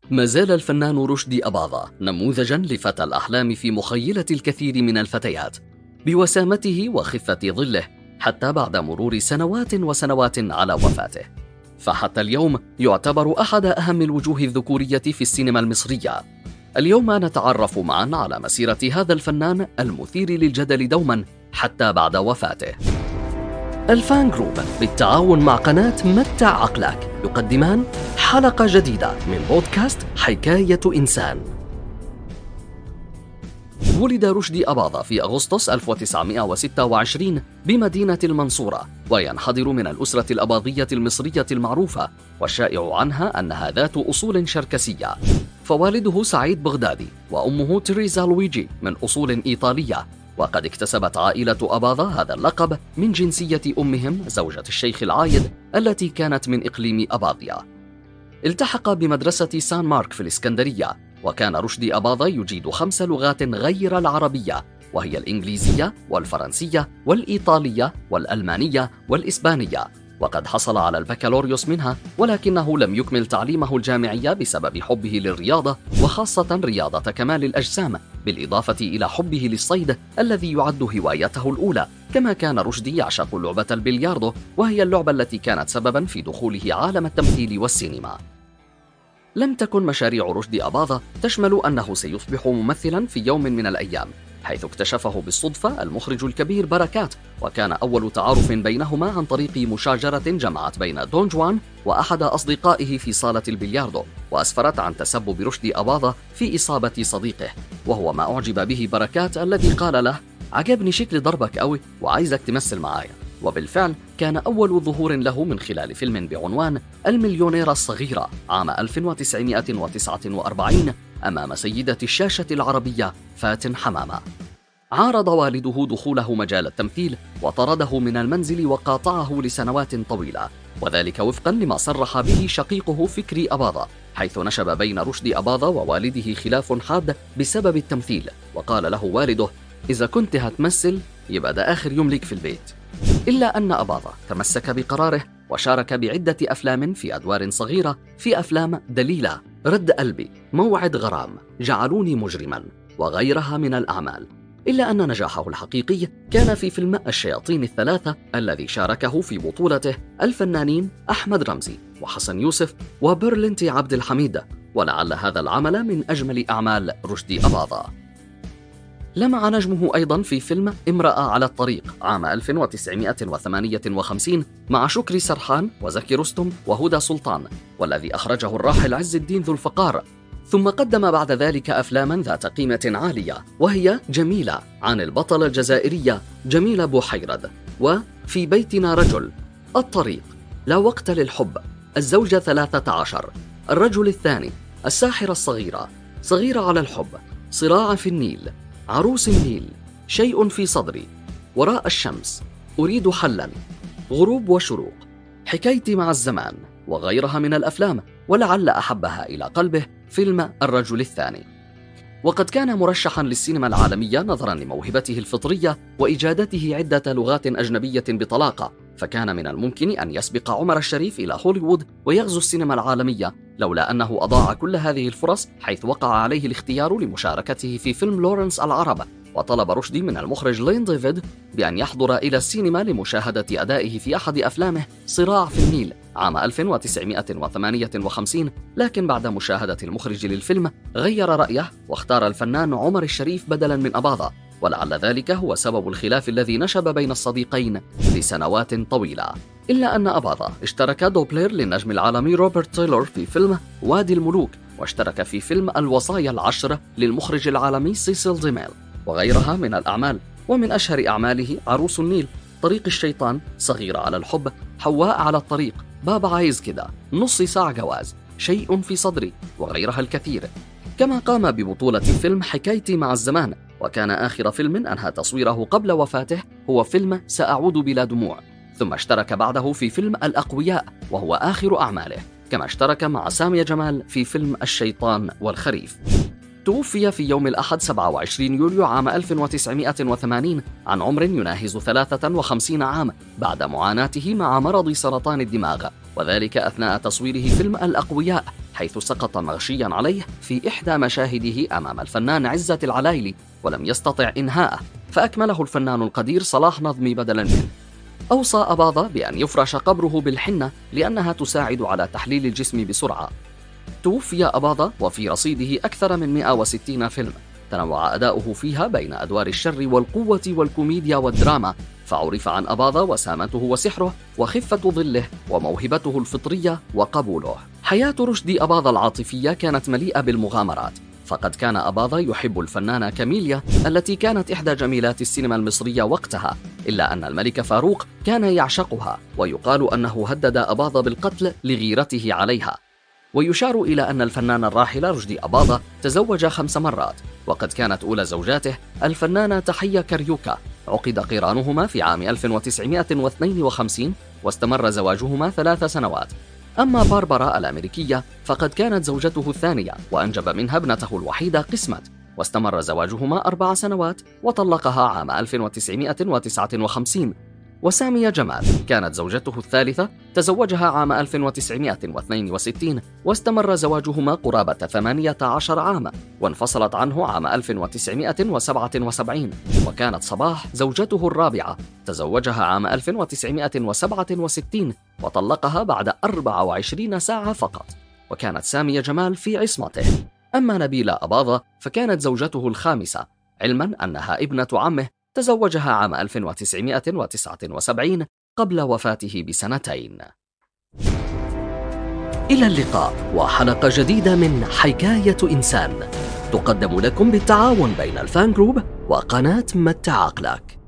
ما زال الفنان رشدي أباظة نموذجاً لفتى الأحلام في مخيلة الكثير من الفتيات بوسامته وخفة ظله، حتى بعد مرور سنوات وسنوات على وفاته. فحتى اليوم يعتبر أحد أهم الوجوه الذكورية في السينما المصرية. اليوم نتعرف معاً على مسيرة هذا الفنان المثير للجدل دوماً حتى بعد وفاته. الفان جروب بالتعاون مع قناة متع عقلك يقدمان حلقة جديدة من بودكاست حكاية إنسان. ولد رشدي أباظة في أغسطس 1926 بمدينة المنصورة، وينحدر من الأسرة الأباظية المصرية المعروفة، والشائع عنها أنها ذات أصول شركسية. فوالده سعيد بغدادي وأمه تريزا لويجي من أصول إيطالية، وقد اكتسبت عائلة أباظة هذا اللقب من جنسية أمهم زوجة الشيخ العايد التي كانت من إقليم أباظية. التحق بمدرسة سان مارك في الإسكندرية، وكان رشدي أباظة يجيد 5 لغات غير العربية، وهي الإنجليزية والفرنسية والإيطالية والألمانية والإسبانية، وقد حصل على البكالوريوس منها، ولكنه لم يكمل تعليمه الجامعي بسبب حبه للرياضة، وخاصة رياضة كمال الأجسام، بالإضافة إلى حبه للصيد الذي يعد هوايته الأولى. كما كان رشدي يعشق لعبة البلياردو، وهي اللعبة التي كانت سببا في دخوله عالم التمثيل والسينما. لم تكن مشاريع رشدي أباظة تشمل أنه سيصبح ممثلا في يوم من الأيام، حيث اكتشفه بالصدفة المخرج الكبير بركات، وكان أول تعارف بينهما عن طريق مشاجرة جمعت بين دون جوان وأحد أصدقائه في صالة البلياردو، وأسفرت عن تسبب رشدي أباظة في إصابة صديقه، وهو ما أعجب به بركات الذي قال له: عجبني شكل ضربك قوي وعايزك تمثل معايا. وبالفعل كان أول ظهور له من خلال فيلم بعنوان المليونيرة الصغيرة عام 1949 أمام سيدة الشاشة العربية فاتن حمامة. عارض والده دخوله مجال التمثيل وطرده من المنزل وقاطعه لسنوات طويلة، وذلك وفقا لما صرح به شقيقه فكري أباظة، حيث نشب بين رشدي أباظة ووالده خلاف حاد بسبب التمثيل، وقال له والده: إذا كنت هتمثل يبقى ده آخر يوم ليك في البيت. إلا أن أباظة تمسك بقراره وشارك بعدة أفلام في أدوار صغيرة في أفلام دليلة، رد قلبي، موعد غرام، جعلوني مجرما، وغيرها من الأعمال. إلا أن نجاحه الحقيقي كان في فيلم الشياطين الثلاثة الذي شاركه في بطولته الفنانين أحمد رمزي وحسن يوسف وبرلنتي عبد الحميد، ولعل هذا العمل من أجمل أعمال رشدي أباظة. لمع نجمه أيضا في فيلم امرأة على الطريق عام 1958 مع شكري سرحان وزكي رستم وهدى سلطان، والذي أخرجه الراحل عز الدين ذو الفقار. ثم قدم بعد ذلك أفلاما ذات قيمة عالية، وهي جميلة عن البطلة الجزائرية جميلة بوحيرد، وفي بيتنا رجل، الطريق، لا وقت للحب، الزوجة 13، الرجل الثاني، الساحرة الصغيرة، صغيرة على الحب، صراع في النيل، عروس النيل، شيء في صدري، وراء الشمس، أريد حلا، غروب وشروق، حكايتي مع الزمان، وغيرها من الأفلام، ولعل أحبها إلى قلبه فيلم الرجل الثاني. وقد كان مرشحا للسينما العالمية نظرا لموهبته الفطرية وإجادته عدة لغات أجنبية بطلاقة، فكان من الممكن أن يسبق عمر الشريف إلى هوليوود ويغزو السينما العالمية، لولا أنه أضاع كل هذه الفرص، حيث وقع عليه الاختيار لمشاركته في فيلم لورنس العرب. وطلب رشدي من المخرج لين ديفيد بأن يحضر إلى السينما لمشاهدة أدائه في أحد أفلامه صراع في النيل عام 1958، لكن بعد مشاهدة المخرج للفيلم غير رأيه واختار الفنان عمر الشريف بدلا من أباظة، ولعل ذلك هو سبب الخلاف الذي نشب بين الصديقين لسنوات طويلة. إلا أن أباظة اشترك دوبلير للنجم العالمي روبرت تايلور في فيلم وادي الملوك، واشترك في فيلم الوصايا العشر للمخرج العالمي سيسيل ديميل، وغيرها من الأعمال. ومن أشهر أعماله عروس النيل، طريق الشيطان، صغيرة على الحب، حواء على الطريق، بابا عايز كده، نص ساعة جواز، شيء في صدري، وغيرها الكثير. كما قام ببطولة فيلم حكايتي مع الزمان، وكان آخر فيلم أنهى تصويره قبل وفاته هو فيلم سأعود بلا دموع. ثم اشترك بعده في فيلم الأقوياء وهو آخر أعماله، كما اشترك مع سامية جمال في فيلم الشيطان والخريف. توفي في يوم الأحد 27 يوليو عام 1980 عن عمر يناهز 53 عام بعد معاناته مع مرض سرطان الدماغ، وذلك أثناء تصويره فيلم الأقوياء، حيث سقط مغشيا عليه في إحدى مشاهده أمام الفنان عزت العلايلي ولم يستطع إنهاءه، فأكمله الفنان القدير صلاح نظمي بدلا منه. أوصى أباظة بأن يفرش قبره بالحنة لأنها تساعد على تحليل الجسم بسرعة. توفي أباظة وفي رصيده أكثر من 160 فيلم، تنوع أداؤه فيها بين أدوار الشر والقوة والكوميديا والدراما، فعرف عن أباظة وسامته وسحره وخفة ظله وموهبته الفطرية وقبوله. حياة رشدي أباظة العاطفية كانت مليئة بالمغامرات، فقد كان أباظة يحب الفنانة كاميليا التي كانت إحدى جميلات السينما المصرية وقتها، إلا أن الملك فاروق كان يعشقها، ويقال أنه هدد أباظة بالقتل لغيرته عليها. ويشار إلى أن الفنان الراحل رشدي أباظة تزوج 5 مرات، وقد كانت أولى زوجاته الفنانة تحية كريوكا، عقد قرانهما في عام 1952 واستمر زواجهما 3 سنوات. أما باربرا الأمريكية فقد كانت زوجته الثانية وأنجب منها ابنته الوحيدة قسمت، واستمر زواجهما 4 سنوات وطلقها عام 1959. وسامية جمال كانت زوجته الثالثة، تزوجها عام 1962 واستمر زواجهما قرابة 18 عاما، وانفصلت عنه عام 1977. وكانت صباح زوجته الرابعة، تزوجها عام 1967 وطلقها بعد 24 ساعة فقط، وكانت سامية جمال في عصمته. أما نبيلة أباظة فكانت زوجته الخامسة، علما أنها ابنة عمه، تزوجها عام 1979 قبل وفاته ب2 سنين. إلى اللقاء وحلقة جديدة من حكاية إنسان، تقدم لكم بالتعاون بين الفان جروب وقناة متع عقلك.